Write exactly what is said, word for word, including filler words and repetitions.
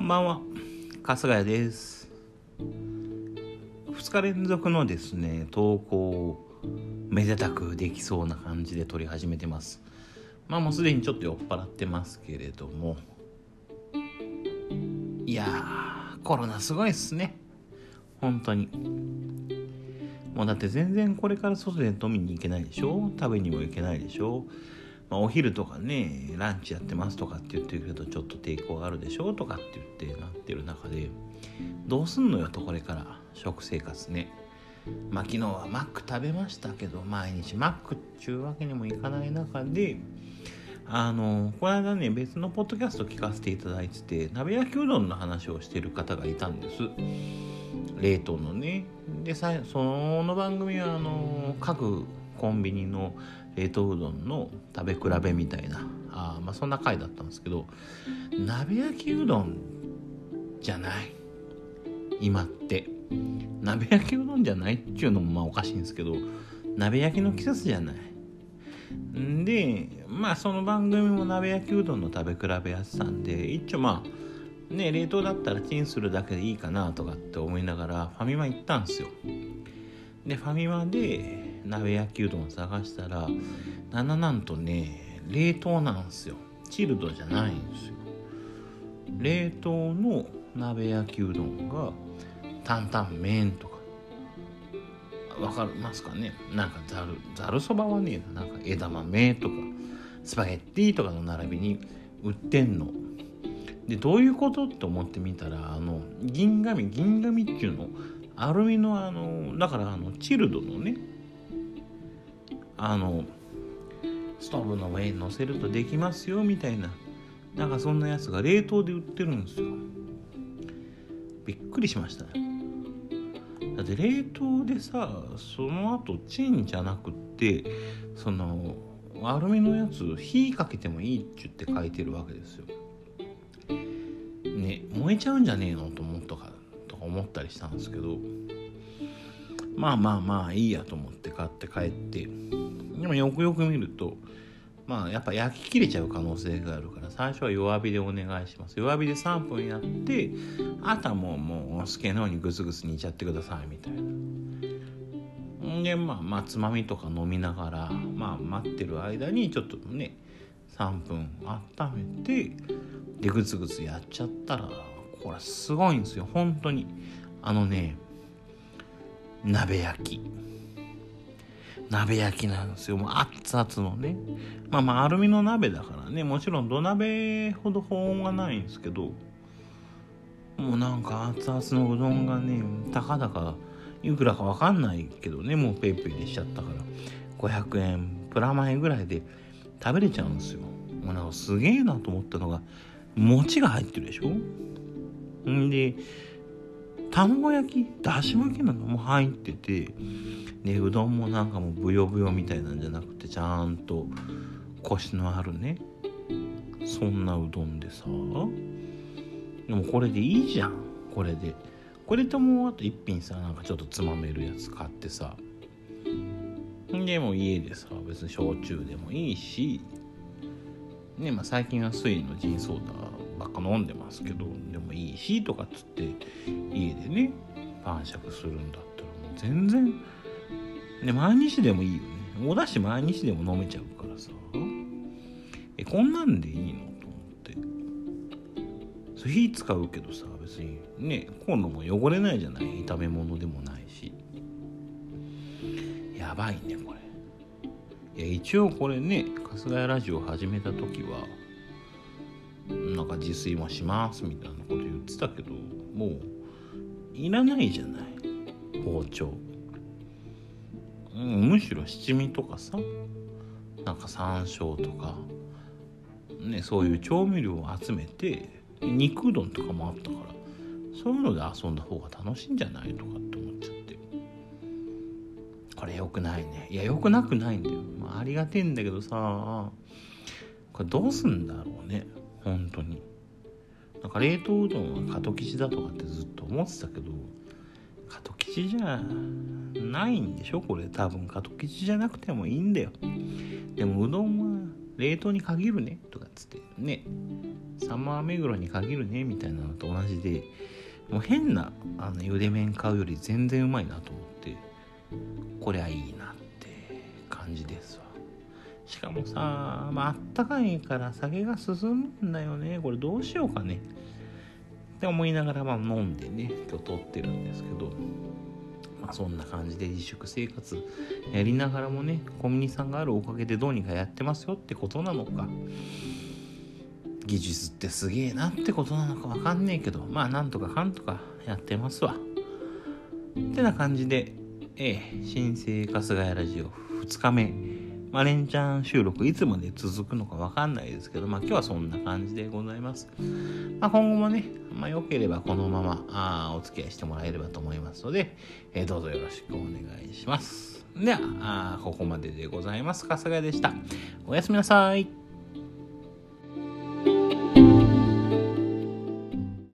んばんは、春日谷です。ふつか連続のですね投稿をめでたくできそうな感じで撮り始めてます。まあもうすでにちょっと酔っ払ってますけれども、いやーコロナすごいっすね、本当に。もうだって全然これから外で飲みに行けないでしょ、食べにも行けないでしょ。まあ、お昼とかねランチやってますとかって言ってるけどちょっと抵抗があるでしょとかって言ってなってる中で、どうすんのよと、これから食生活ね。まあ昨日はマック食べましたけど、毎日マックっちゅうわけにもいかない中で、あのこの間ね別のポッドキャスト聞かせていただいてて、鍋焼きうどんの話をしている方がいたんです。冷凍のね。でさその番組はあの各コンビニの冷凍うどんの食べ比べみたいな、あまあそんな回だったんですけど、鍋焼きうどんじゃない今って。鍋焼きうどんじゃないっていうのもまあおかしいんですけど、鍋焼きの季節じゃないんで、まあその番組も鍋焼きうどんの食べ比べやってたんで、一応まあね冷凍だったらチンするだけでいいかなとかって思いながらファミマ行ったんですよ。でファミマで鍋焼きうどんを探したら、なななんとね冷凍なんですよ。チルドじゃないんですよ。冷凍の鍋焼きうどんが担々麺とかわかりますかね。なんかざるざるそばはね、なんか枝豆とかスパゲッティとかの並びに売ってんので、どういうことって思ってみたら、あの銀紙銀紙っていうのアルミのあのだからあのチルドのね、あのストーブの上に乗せるとできますよみたいな、なんかそんなやつが冷凍で売ってるんですよ。びっくりしましたね。だって冷凍でさ、その後チンじゃなくってそのアルミのやつ火かけてもいいって言って書いてるわけですよね。燃えちゃうんじゃねえのと思ったかとか思ったりしたんですけど、まあまあまあいいやと思って買って帰って、でもよくよく見るとまあやっぱ焼き切れちゃう可能性があるから、最初は弱火でお願いします。弱火でさんぷんやって、あとはもうもうお好きなようにグツグツ煮ちゃってくださいみたいな。でまあまあつまみとか飲みながら、まあ待ってる間にちょっとねさんぷん温めて、でグツグツやっちゃったら、これすごいんですよ本当に。あのね鍋焼き鍋焼きなんですよ。もう熱々のね、まあまあアルミの鍋だからね、もちろん土鍋ほど保温はないんですけど、もうなんか熱々のうどんがね、たかだかいくらか分かんないけどね、もうペイペイでしちゃったからごひゃくえんプラマイぐらいで食べれちゃうんですよ。もうなんかすげえなと思ったのが、餅が入ってるでしょ。んで卵焼きだし巻きなのも入ってて、でうどんもなんかもうブヨブヨみたいなんじゃなくて、ちゃんとコシのあるね、そんなうどんでさ、でもこれでいいじゃん。これでこれともうあと一品さ、なんかちょっとつまめるやつ買ってさ、でも家でさ別に焼酎でもいいしね、まあ最近は水のジンソーダばっか飲んでますけど、でもいいしとかっつって家でね晩酌するんだったらもう全然で、毎日でもいいよね。おだし毎日でも飲めちゃうからさ、えこんなんでいいのと思って。それ火使うけどさ、別にねコンロも汚れないじゃない、炒め物でもないし。やばいねこれ。いや一応これね、春日谷ラジオ始めた時はなんか自炊もしますみたいなこと言ってたけど、もういらないじゃない包丁。うん、むしろ七味とかさ、なんか山椒とかね、そういう調味料を集めて、肉うどんとかもあったから、そういうので遊んだ方が楽しいんじゃないとかって思っちゃって、これ良くないね。いや良くなくないんだよ、まあ、ありがてえんだけどさ、これどうすんだろうね本当に。なんか冷凍うどんは加藤吉だとかってずっと思ってたけど、加藤吉じゃないんでしょこれ。多分加藤吉じゃなくてもいいんだよ。でもうどんは冷凍に限るねとかっつってね、 サマー目黒に限るねみたいなのと同じで、もう変なあの茹で麺買うより全然うまいなと思って、こりゃいいなって感じですわ。しかもさ、まあ、あったかいから酒が進むんだよね。これどうしようかねって思いながら、まあ飲んでね今日撮ってるんですけど、まあそんな感じで自粛生活やりながらもね、コミュニさんがあるおかげでどうにかやってますよってことなのか、技術ってすげえなってことなのかわかんねえけど、まあなんとかかんとかやってますわってな感じで、ええ新生春日谷ラジオふつかめ、まあ連チャン収録いつまで続くのかわかんないですけど、まあ今日はそんな感じでございます。まあ今後もね、まあ良ければこのままあお付き合いしてもらえればと思いますので、えー、どうぞよろしくお願いします。ではあここまででございます。春日谷でした。おやすみなさい。